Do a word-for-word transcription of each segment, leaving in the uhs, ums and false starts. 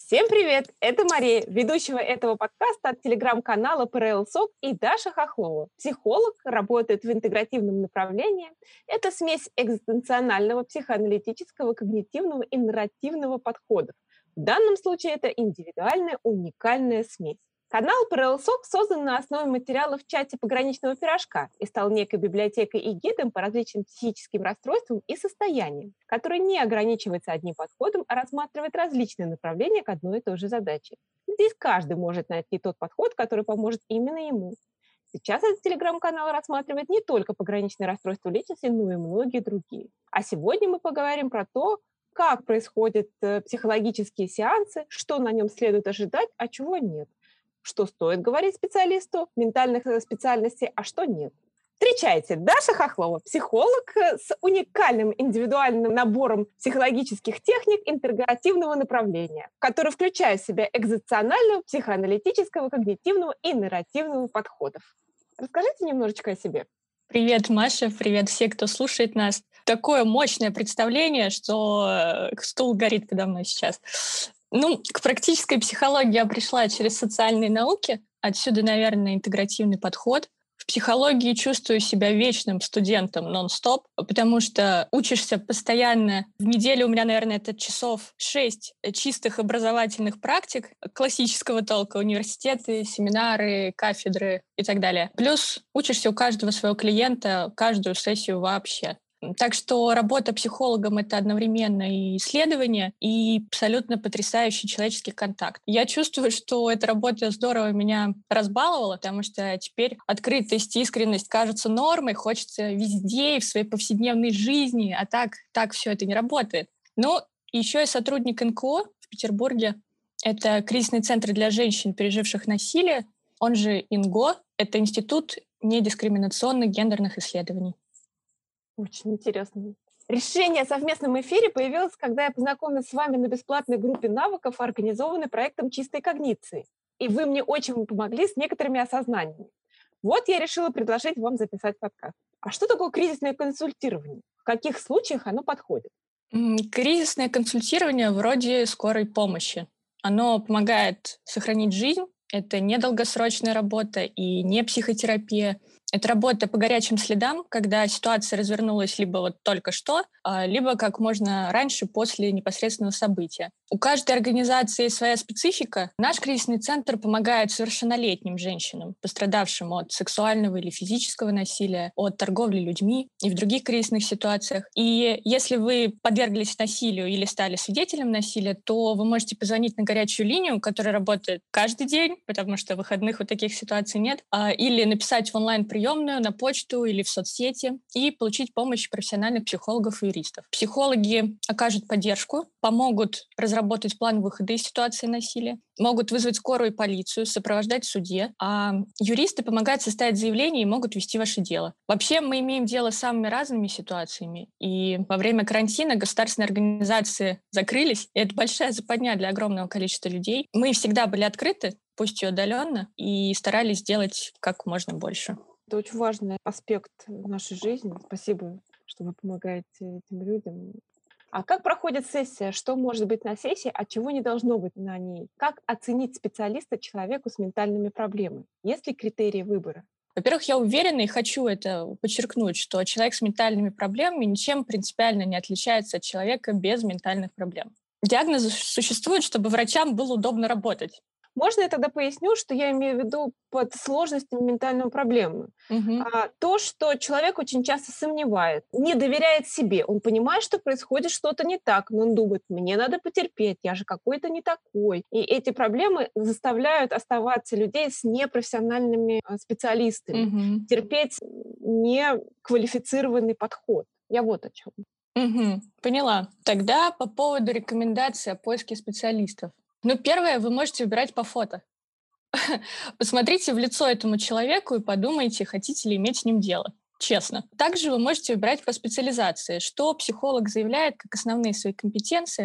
Всем привет! Это Мария, ведущего этого подкаста от телеграм-канала ПРЛ-СОК, и Даша Хохлова, психолог, работает в интегративном направлении. Это смесь экзистенционального, психоаналитического, когнитивного и нарративного подходов. В данном случае это индивидуальная, уникальная смесь. Канал ПРЛ-СОК создан на основе материалов в чате «Пограничного пирожка» и стал некой библиотекой и гидом по различным психическим расстройствам и состояниям, который не ограничивается одним подходом, а рассматривает различные направления к одной и той же задаче. Здесь каждый может найти тот подход, который поможет именно ему. Сейчас этот телеграм-канал рассматривает не только пограничные расстройства личности, но и многие другие. А сегодня мы поговорим про то, как происходят психологические сеансы, что на нем следует ожидать, а чего нет. Что стоит говорить специалисту ментальных специальностей, а что нет. Встречайте, Даша Хохлова, психолог с уникальным индивидуальным набором психологических техник интегративного направления, который включает в себя экзистенциального, психоаналитического, когнитивного и нарративного подходов. Расскажите немножечко о себе. Привет, Маша, привет все, кто слушает нас. Такое мощное представление, что стул горит подо мной сейчас. Ну, к практической психологии я пришла через социальные науки. Отсюда, наверное, интегративный подход. В психологии чувствую себя вечным студентом нон-стоп, потому что учишься постоянно. В неделю у меня, наверное, это часов шесть чистых образовательных практик классического толка, университеты, семинары, кафедры и так далее. Плюс учишься у каждого своего клиента каждую сессию вообще. Так что работа психологом — это одновременно и исследование, и абсолютно потрясающий человеческий контакт. Я чувствую, что эта работа здорово меня разбаловала, потому что теперь открытость и искренность кажутся нормой, хочется везде и в своей повседневной жизни, а так, так все это не работает. Ну, еще я сотрудник эн ка о в Петербурге. Это кризисный центр для женщин, переживших насилие, он же ин гэ о. Это Институт недискриминационных гендерных исследований. Очень интересно. Решение о совместном эфире появилось, когда я познакомилась с вами на бесплатной группе навыков, организованной проектом «Чистой когниции». И вы мне очень помогли с некоторыми осознаниями. Вот я решила предложить вам записать подкаст. А что такое кризисное консультирование? В каких случаях оно подходит? Кризисное консультирование вроде скорой помощи. Оно помогает сохранить жизнь. Это не долгосрочная работа и не психотерапия. Это работа по горячим следам, когда ситуация развернулась либо вот только что, либо как можно раньше, после непосредственного события. У каждой организации своя специфика. Наш кризисный центр помогает совершеннолетним женщинам, пострадавшим от сексуального или физического насилия, от торговли людьми и в других кризисных ситуациях. И если вы подверглись насилию или стали свидетелем насилия, то вы можете позвонить на горячую линию, которая работает каждый день, потому что выходных вот таких ситуаций нет, или написать в онлайн-приемную на почту или в соцсети и получить помощь профессиональных психологов и юристов. Психологи окажут поддержку, помогут разработать план выхода из ситуации насилия, могут вызвать скорую и полицию, сопровождать в суде, а юристы помогают составить заявление и могут вести ваше дело. Вообще мы имеем дело с самыми разными ситуациями, и во время карантина государственные организации закрылись, и это большая западня для огромного количества людей. Мы всегда были открыты, пусть и удаленно, и старались сделать как можно больше. Это очень важный аспект нашей жизни. Спасибо, что вы помогаете этим людям. А как проходит сессия? Что может быть на сессии, а чего не должно быть на ней? Как оценить специалиста человеку с ментальными проблемами? Есть ли критерии выбора? Во-первых, я уверена и хочу это подчеркнуть, что человек с ментальными проблемами ничем принципиально не отличается от человека без ментальных проблем. Диагнозы существуют, чтобы врачам было удобно работать. Можно я тогда поясню, что я имею в виду под сложностями ментальной проблемы? Угу. А, то, что человек очень часто сомневает, не доверяет себе. Он понимает, что происходит что-то не так, но он думает, мне надо потерпеть, я же какой-то не такой. И эти проблемы заставляют оставаться людей с непрофессиональными специалистами, угу. терпеть неквалифицированный подход. Я вот о чем. Угу. Поняла. Тогда по поводу рекомендаций о поиске специалистов. Ну, первое, вы можете выбирать по фото. Посмотрите в лицо этому человеку и подумайте, хотите ли иметь с ним дело. Честно. Также вы можете выбирать по специализации, что психолог заявляет как основные свои компетенции,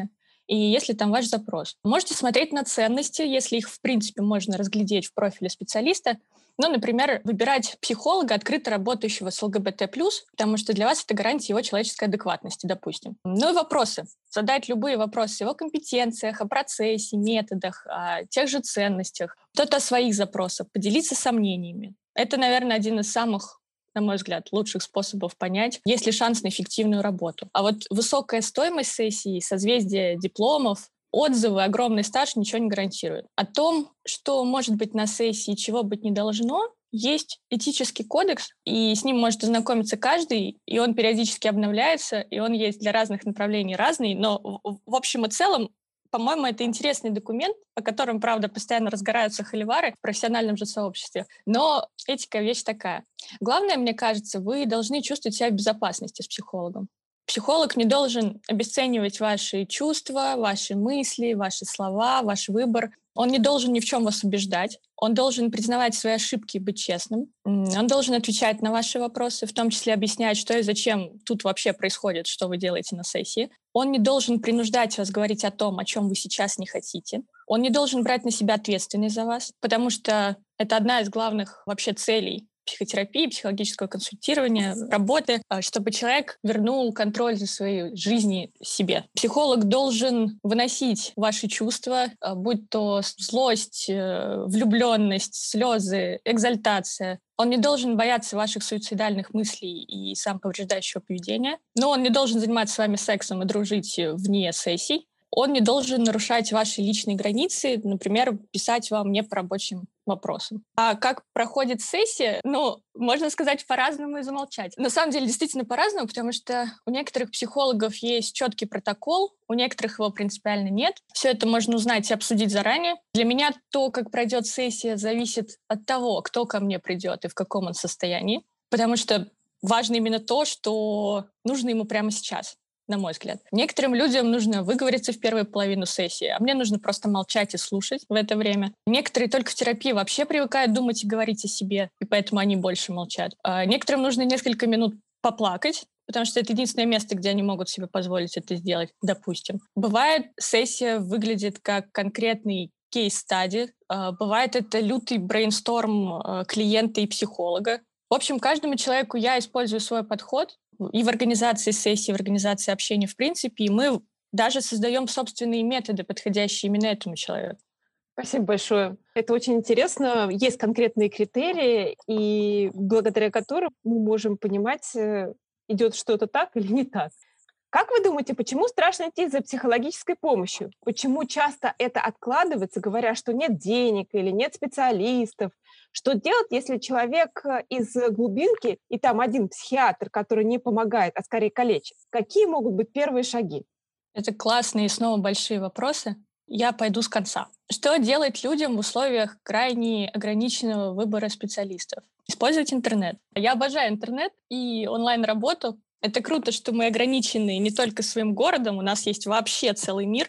и есть ли там ваш запрос. Можете смотреть на ценности, если их, в принципе, можно разглядеть в профиле специалиста. Ну, например, выбирать психолога, открыто работающего с ЛГБТ+, потому что для вас это гарантия его человеческой адекватности, допустим. Ну и вопросы. Задать любые вопросы о его компетенциях, о процессе, методах, о тех же ценностях. Кто-то о своих запросах, поделиться сомнениями. Это, наверное, один из самых, на мой взгляд, лучших способов понять, есть ли шанс на эффективную работу. А вот высокая стоимость сессии, созвездие дипломов, отзывы, огромный стаж ничего не гарантируют. О том, что может быть на сессии, чего быть не должно, есть этический кодекс, и с ним может ознакомиться каждый, и он периодически обновляется, и он есть для разных направлений разный, но в общем и целом, по-моему, это интересный документ, о котором, правда, постоянно разгораются холивары в профессиональном же сообществе. Но этика — вещь такая. Главное, мне кажется, вы должны чувствовать себя в безопасности с психологом. Психолог не должен обесценивать ваши чувства, ваши мысли, ваши слова, ваш выбор. Он не должен ни в чем вас убеждать. Он должен признавать свои ошибки и быть честным. Он должен отвечать на ваши вопросы, в том числе объяснять, что и зачем тут вообще происходит, что вы делаете на сессии. Он не должен принуждать вас говорить о том, о чем вы сейчас не хотите. Он не должен брать на себя ответственность за вас, потому что это одна из главных вообще целей психотерапии, психологического консультирования, работы, чтобы человек вернул контроль за своей жизнью себе. Психолог должен выносить ваши чувства, будь то злость, влюбленность, слезы, экзальтация. Он не должен бояться ваших суицидальных мыслей и самоповреждающего поведения, но он не должен заниматься с вами сексом и дружить вне сессий. Он не должен нарушать ваши личные границы, например, писать вам не по рабочим вопросам. А как проходит сессия? Ну, можно сказать по-разному и замолчать. На самом деле, действительно по-разному, потому что у некоторых психологов есть четкий протокол, у некоторых его принципиально нет. Все это можно узнать и обсудить заранее. Для меня то, как пройдет сессия, зависит от того, кто ко мне придет и в каком он состоянии, потому что важно именно то, что нужно ему прямо сейчас, на мой взгляд. Некоторым людям нужно выговориться в первую половину сессии, а мне нужно просто молчать и слушать в это время. Некоторые только в терапии вообще привыкают думать и говорить о себе, и поэтому они больше молчат. А некоторым нужно несколько минут поплакать, потому что это единственное место, где они могут себе позволить это сделать, допустим. Бывает, сессия выглядит как конкретный кейс-стади. Бывает, это лютый брейнсторм клиента и психолога. В общем, каждому человеку я использую свой подход, и в организации сессии, в организации общения в принципе, и мы даже создаем собственные методы, подходящие именно этому человеку. Спасибо большое. Это очень интересно. Есть конкретные критерии, и благодаря которым мы можем понимать, идет что-то так или не так. Как вы думаете, почему страшно идти за психологической помощью? Почему часто это откладывается, говоря, что нет денег или нет специалистов? Что делать, если человек из глубинки, и там один психиатр, который не помогает, а скорее калечит? Какие могут быть первые шаги? Это классные и снова большие вопросы. Я пойду с конца. Что делать людям в условиях крайне ограниченного выбора специалистов? Использовать интернет. Я обожаю интернет и онлайн-работу. Это круто, что мы ограничены не только своим городом, у нас есть вообще целый мир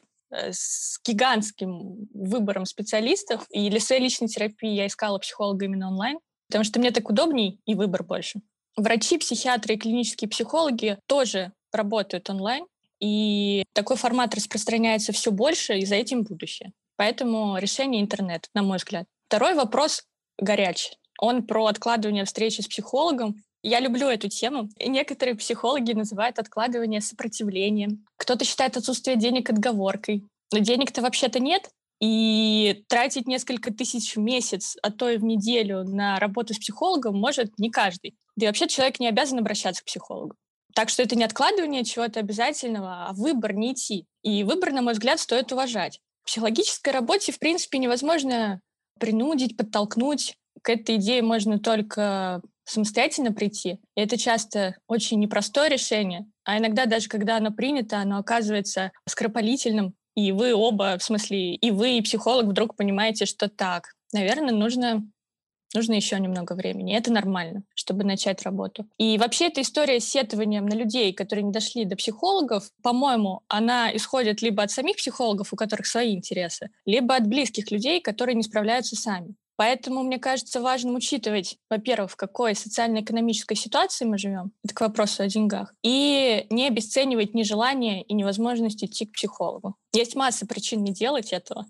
с гигантским выбором специалистов. И для своей личной терапии я искала психолога именно онлайн, потому что мне так удобней и выбор больше. Врачи, психиатры и клинические психологи тоже работают онлайн, и такой формат распространяется все больше, и за этим будущее. Поэтому решение интернет, на мой взгляд. Второй вопрос горячий. Он про откладывание встречи с психологом. Я люблю эту тему. И некоторые психологи называют откладывание сопротивлением. Кто-то считает отсутствие денег отговоркой. Но денег-то вообще-то нет. И тратить несколько тысяч в месяц, а то и в неделю на работу с психологом может не каждый. Да и вообще человек не обязан обращаться к психологу. Так что это не откладывание чего-то обязательного, а выбор не идти. И выбор, на мой взгляд, стоит уважать. В психологической работе, в принципе, невозможно принудить, подтолкнуть. К этой идее можно только самостоятельно прийти. И это часто очень непростое решение. А иногда даже когда оно принято, оно оказывается скоропалительным. И вы оба, в смысле, и вы, и психолог вдруг понимаете, что так, наверное, нужно, нужно еще немного времени. И это нормально, чтобы начать работу. И вообще эта история с сетованием на людей, которые не дошли до психологов, по-моему, она исходит либо от самих психологов, у которых свои интересы, либо от близких людей, которые не справляются сами. Поэтому, мне кажется, важно учитывать, во-первых, в какой социально-экономической ситуации мы живем, это к вопросу о деньгах, и не обесценивать нежелание и невозможность идти к психологу. Есть масса причин не делать этого,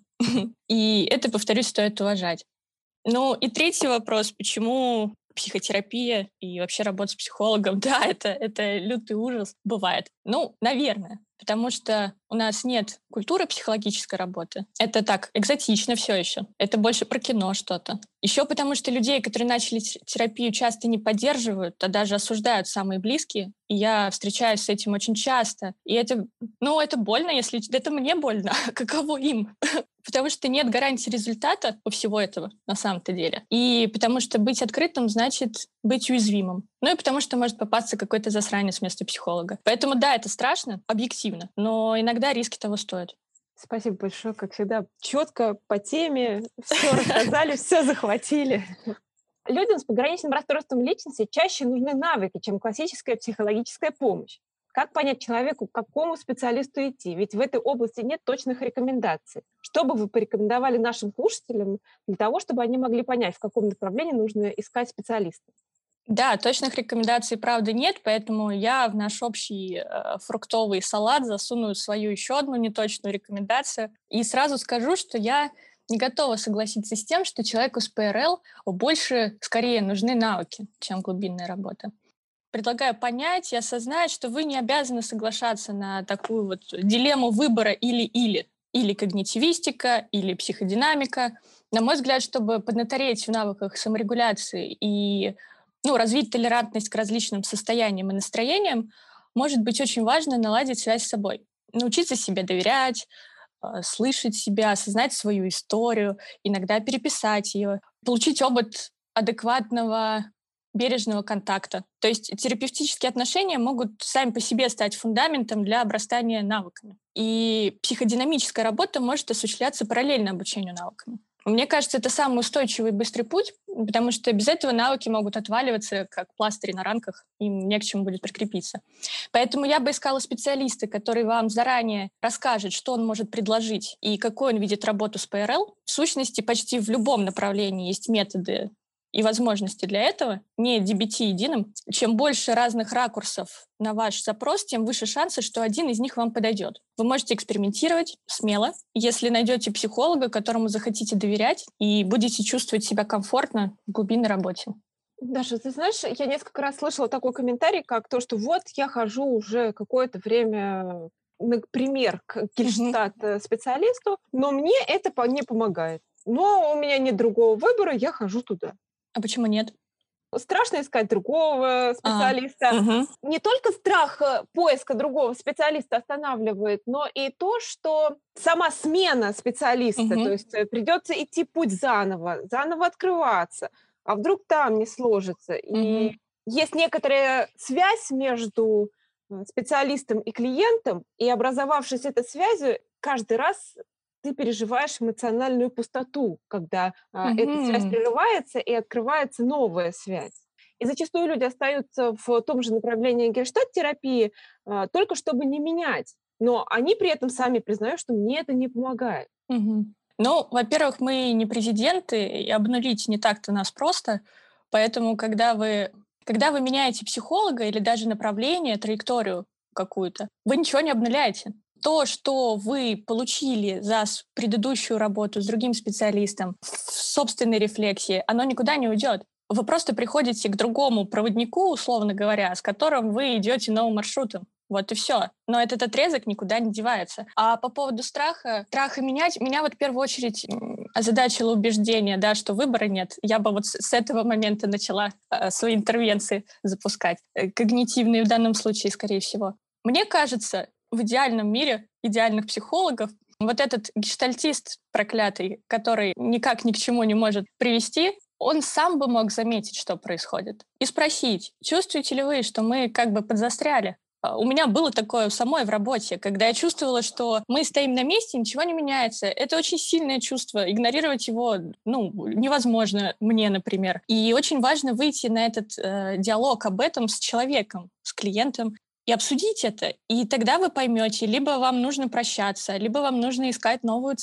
и это, повторюсь, стоит уважать. Ну и третий вопрос, почему психотерапия и вообще работа с психологом, да, это, это лютый ужас бывает. Ну, наверное, потому что у нас нет культуры психологической работы. Это так, экзотично все еще. Это больше про кино что-то. Еще потому что людей, которые начали терапию, часто не поддерживают, а даже осуждают самые близкие. И я встречаюсь с этим очень часто. И это, ну, это больно, если... Это мне больно. Каково им? Потому что нет гарантии результата у всего этого на самом-то деле. И потому что быть открытым значит быть уязвимым. Ну и потому что может попасться какой-то засранец вместо психолога. Поэтому да, это страшно, объективно, но иногда риски того стоят. Спасибо большое, как всегда, четко по теме, все рассказали, все захватили. Людям с пограничным расстройством личности чаще нужны навыки, чем классическая психологическая помощь. Как понять человеку, к какому специалисту идти? Ведь в этой области нет точных рекомендаций. Что бы вы порекомендовали нашим слушателям для того, чтобы они могли понять, в каком направлении нужно искать специалиста? Да, точных рекомендаций, правда, нет, поэтому я в наш общий э, фруктовый салат засуну свою еще одну неточную рекомендацию. И сразу скажу, что я не готова согласиться с тем, что человеку с ПРЛ больше, скорее, нужны навыки, чем глубинная работа. Предлагаю понять и осознать, что вы не обязаны соглашаться на такую вот дилемму выбора или-или. Или когнитивистика, или психодинамика. На мой взгляд, чтобы поднатореть в навыках саморегуляции и ну, развить толерантность к различным состояниям и настроениям, может быть очень важно наладить связь с собой. Научиться себе доверять, э, слышать себя, осознать свою историю, иногда переписать ее, получить опыт адекватного бережного контакта. То есть терапевтические отношения могут сами по себе стать фундаментом для обрастания навыками. И психодинамическая работа может осуществляться параллельно обучению навыками. Мне кажется, это самый устойчивый и быстрый путь, потому что без этого навыки могут отваливаться, как пластыри на ранках, им не к чему будет прикрепиться. Поэтому я бы искала специалиста, который вам заранее расскажет, что он может предложить и какой он видит работу с ПРЛ. В сущности, почти в любом направлении есть методы и возможности для этого, не ди би ти единым. Чем больше разных ракурсов на ваш запрос, тем выше шансы, что один из них вам подойдет. Вы можете экспериментировать смело, если найдете психолога, которому захотите доверять и будете чувствовать себя комфортно в глубинной работе. Даша, ты знаешь, я несколько раз слышала такой комментарий, как то, что вот я хожу уже какое-то время, например, к гельштальт-специалисту, но мне это не помогает. Но у меня нет другого выбора, я хожу туда. А почему нет? Страшно искать другого специалиста. А, угу. Не только страх поиска другого специалиста останавливает, но и то, что сама смена специалиста, угу. то есть придется идти путь заново, заново открываться, а вдруг там не сложится. И угу. есть некоторая связь между специалистом и клиентом, и образовавшись этой связью, каждый раз ты переживаешь эмоциональную пустоту, когда а, Мгм. эта связь прерывается и открывается новая связь. И зачастую люди остаются в том же направлении гештальт-терапии, а, только чтобы не менять. Но они при этом сами признают, что мне это не помогает. Мгм. Ну, во-первых, мы не президенты, и обнулить не так-то нас просто. Поэтому, когда вы, когда вы меняете психолога или даже направление, траекторию какую-то, вы ничего не обнуляете. То, что вы получили за с- предыдущую работу с другим специалистом в собственной рефлексии, оно никуда не уйдет. Вы просто приходите к другому проводнику, условно говоря, с которым вы идете новым маршрутом. Вот и все. Но этот отрезок никуда не девается. А по поводу страха, страха менять, меня вот в первую очередь м, озадачило убеждение, да, что выбора нет. Я бы вот с, с этого момента начала э, свои интервенции запускать. Э, когнитивные в данном случае, скорее всего. Мне кажется, в идеальном мире идеальных психологов вот этот гештальтист проклятый, который никак ни к чему не может привести, он сам бы мог заметить, что происходит, и спросить, чувствуете ли вы, что мы как бы подзастряли? А, У меня было такое самой в работе, когда я чувствовала, что мы стоим на месте, ничего не меняется. Это очень сильное чувство. Игнорировать его, ну, невозможно мне, например. И очень важно выйти на этот э, диалог об этом с человеком, с клиентом, и обсудить это. И тогда вы поймете, либо вам нужно прощаться, либо вам нужно искать новую цель.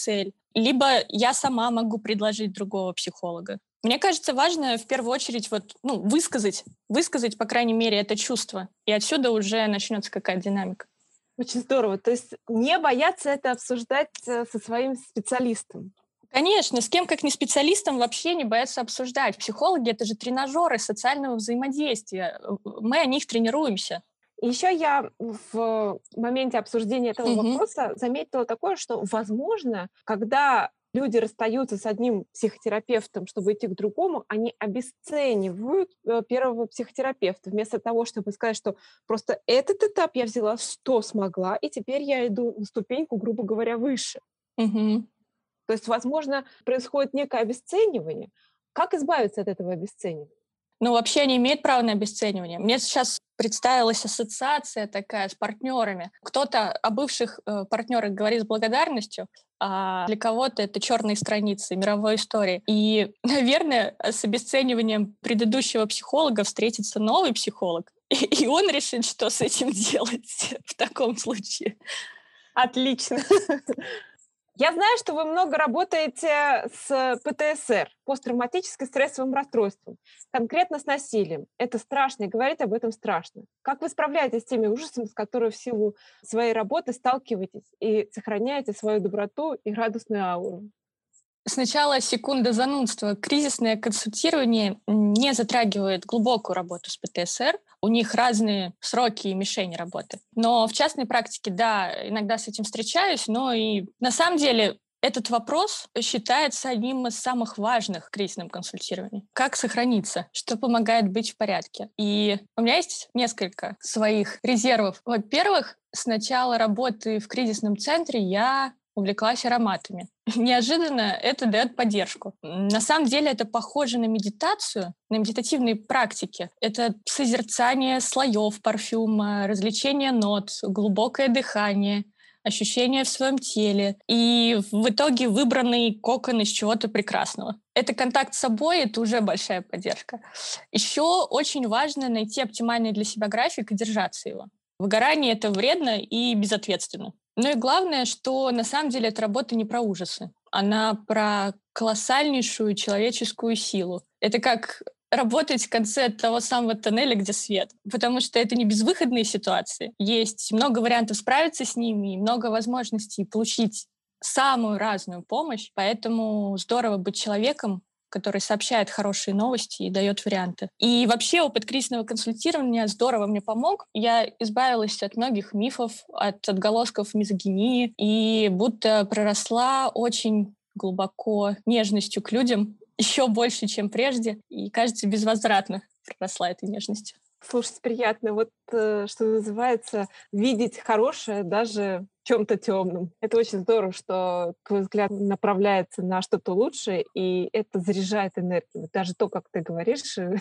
либо я сама могу предложить другого психолога. Мне кажется, важно в первую очередь вот, ну, высказать, высказать, по крайней мере, это чувство. И отсюда уже начнется какая-то динамика. Очень здорово. То есть не бояться это обсуждать э, со своим специалистом. Конечно, с кем, как не специалистом, вообще не боятся обсуждать. Психологи — это же тренажеры социального взаимодействия. Мы о них тренируемся. И еще я в моменте обсуждения этого Мгм. вопроса заметила такое, что, возможно, когда люди расстаются с одним психотерапевтом, чтобы идти к другому, они обесценивают э, первого психотерапевта, вместо того, чтобы сказать, что просто этот этап я взяла, что смогла, и теперь я иду на ступеньку, грубо говоря, выше. Мгм. То есть, возможно, происходит некое обесценивание. Как избавиться от этого обесценивания? Ну, вообще они имеют право на обесценивание. Мне сейчас представилась ассоциация такая с партнерами. Кто-то о бывших э, партнерах говорит с благодарностью, а для кого-то это черные страницы мировой истории. И, наверное, с обесцениванием предыдущего психолога встретится новый психолог, и, и он решит, что с этим делать в таком случае. Отлично. Я знаю, что вы много работаете с ПТСР, посттравматическим стрессовым расстройством, конкретно с насилием. Это страшно, и говорить об этом страшно. Как вы справляетесь с теми ужасами, с которыми в силу своей работы сталкиваетесь, и сохраняете свою доброту и радостную ауру? Сначала секунда занудства. Кризисное консультирование не затрагивает глубокую работу с ПТСР. У них разные сроки и мишени работы. Но в частной практике, да, иногда с этим встречаюсь, но и на самом деле этот вопрос считается одним из самых важных в кризисном консультировании. Как сохраниться? Что помогает быть в порядке? И у меня есть несколько своих резервов. Во-первых, с начала работы в кризисном центре я увлеклась ароматами. Неожиданно это дает поддержку. На самом деле это похоже на медитацию, на медитативные практики. Это созерцание слоев парфюма, развлечение нот, глубокое дыхание, ощущения в своем теле и в итоге выбранный кокон из чего-то прекрасного. Это контакт с собой, это уже большая поддержка. Еще очень важно найти оптимальный для себя график и держаться его. Выгорание — это вредно и безответственно. Ну и главное, что на самом деле эта работа не про ужасы. Она про колоссальнейшую человеческую силу. Это как работать в конце того самого тоннеля, где свет. Потому что это не безвыходные ситуации. Есть много вариантов справиться с ними и много возможностей получить самую разную помощь. Поэтому здорово быть человеком, который сообщает хорошие новости и дает варианты. И вообще опыт кризисного консультирования здорово мне помог. Я избавилась от многих мифов, от отголосков мизогинии и будто проросла очень глубоко нежностью к людям, еще больше, чем прежде, и, кажется, безвозвратно проросла этой нежностью. Слушать приятно, вот э, что называется, видеть хорошее даже в чем-то темном. Это очень здорово, что твой взгляд направляется на что-то лучшее, и это заряжает энергию. Даже то, как ты говоришь, э,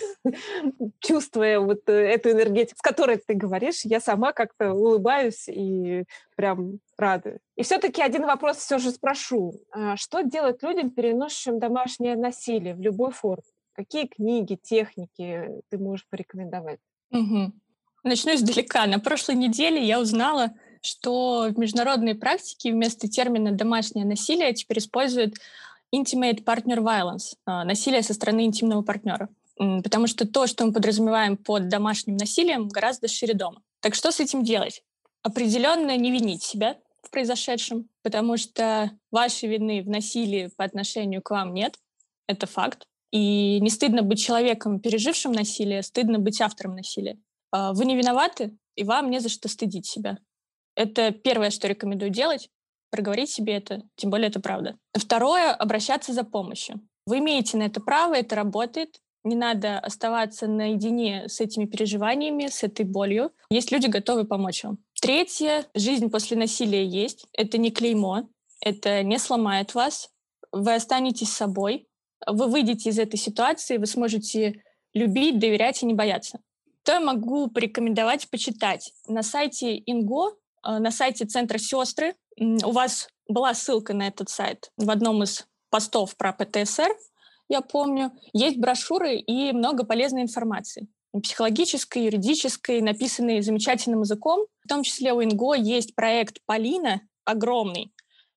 чувствуя вот э, эту энергетику, с которой ты говоришь, я сама как-то улыбаюсь и прям рада. И все-таки один вопрос все же спрошу. А что делать людям, переносящим домашнее насилие в любой форме? Какие книги, техники ты можешь порекомендовать? Мгм. Начну издалека. На прошлой неделе я узнала, что в международной практике вместо термина «домашнее насилие» теперь используют intimate partner violence, а, насилие со стороны интимного партнера. М, Потому что то, что мы подразумеваем под домашним насилием, гораздо шире дома. Так что с этим делать? Определенно не винить себя в произошедшем, потому что вашей вины в насилии по отношению к вам нет. Это факт. И не стыдно быть человеком, пережившим насилие, стыдно быть автором насилия. А, Вы не виноваты, и вам не за что стыдить себя. Это первое, что рекомендую делать. Проговорить себе это, тем более это правда. Второе — обращаться за помощью. Вы имеете на это право, это работает. Не надо оставаться наедине с этими переживаниями, с этой болью. Есть люди, готовые помочь вам. Третье — жизнь после насилия есть. Это не клеймо, это не сломает вас. Вы останетесь собой, вы выйдете из этой ситуации, вы сможете любить, доверять и не бояться. То я могу порекомендовать почитать. На сайте Инго, э, на сайте Центра «Сестры» м, у вас была ссылка на этот сайт в одном из постов про ПТСР, я помню. Есть брошюры и много полезной информации. Психологической, юридической, написанной замечательным языком. В том числе у Инго есть проект «Полина», огромный,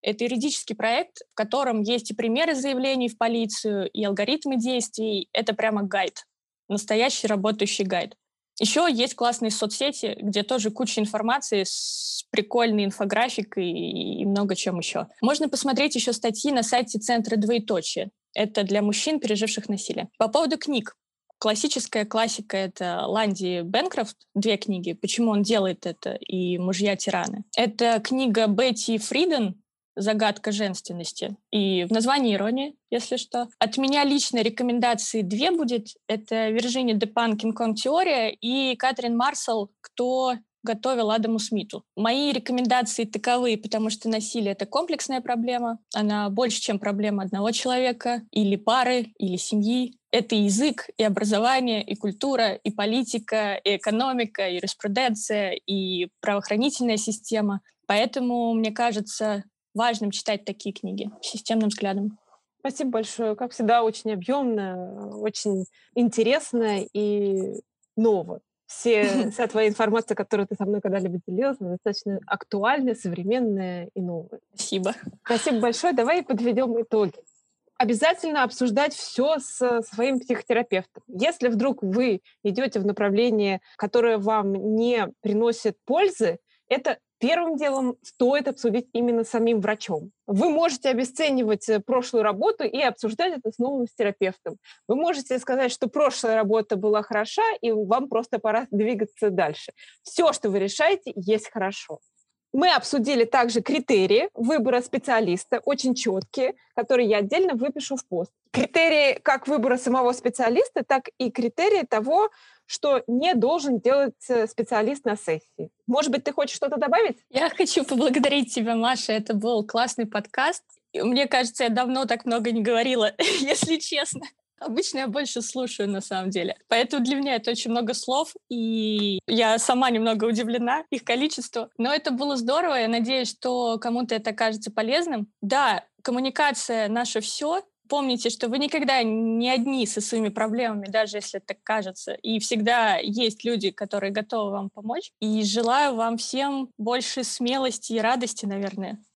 Это юридический проект, в котором есть и примеры заявлений в полицию, и алгоритмы действий. Это прямо гайд, настоящий работающий гайд. Еще есть классные соцсети, где тоже куча информации с прикольной инфографикой и много чем еще. Можно посмотреть еще статьи на сайте Центра «Двоеточие». Это для мужчин, переживших насилие. По поводу книг. Классическая классика — это Ланди Бенкрофт, две книги «Почему он делает это» и «Мужья-тираны». Это книга Бетти Фриден «Загадка женственности». И в названии ирония, если что. От меня лично рекомендации две будет. Это Вирджиния Депан «Кинг-Конг-теория» и Катрин Марсел «Кто готовил Адаму Смиту». Мои рекомендации таковы, потому что насилие — это комплексная проблема. Она больше, чем проблема одного человека, или пары, или семьи. Это и язык, и образование, и культура, и политика, и экономика, и юриспруденция, и правоохранительная система. Поэтому, мне кажется, важным читать такие книги системным взглядом. Спасибо большое. Как всегда, очень объемно, очень интересно и ново. Все, вся твоя информация, которую ты со мной когда-либо делилась, она достаточно актуальная, современная и новая. Спасибо. Спасибо большое. Давай подведем итоги. Обязательно обсуждать все с своим психотерапевтом. Если вдруг вы идете в направление, которое вам не приносит пользы, это первым делом стоит обсудить именно с самим врачом. Вы можете обесценивать прошлую работу и обсуждать это снова с терапевтом. Вы можете сказать, что прошлая работа была хороша, и вам просто пора двигаться дальше. Все, что вы решаете, есть хорошо. Мы обсудили также критерии выбора специалиста, очень четкие, которые я отдельно выпишу в пост. Критерии как выбора самого специалиста, так и критерии того, что не должен делать специалист на сессии. Может быть, ты хочешь что-то добавить? Я хочу поблагодарить тебя, Маша. Это был классный подкаст. И мне кажется, я давно так много не говорила, если честно. Обычно я больше слушаю, на самом деле. Поэтому для меня это очень много слов, и я сама немного удивлена их количеству. Но это было здорово, я надеюсь, что кому-то это окажется полезным. Да, коммуникация — наше все. Помните, что вы никогда не одни со своими проблемами, даже если это так кажется. И всегда есть люди, которые готовы вам помочь. И желаю вам всем больше смелости и радости, наверное.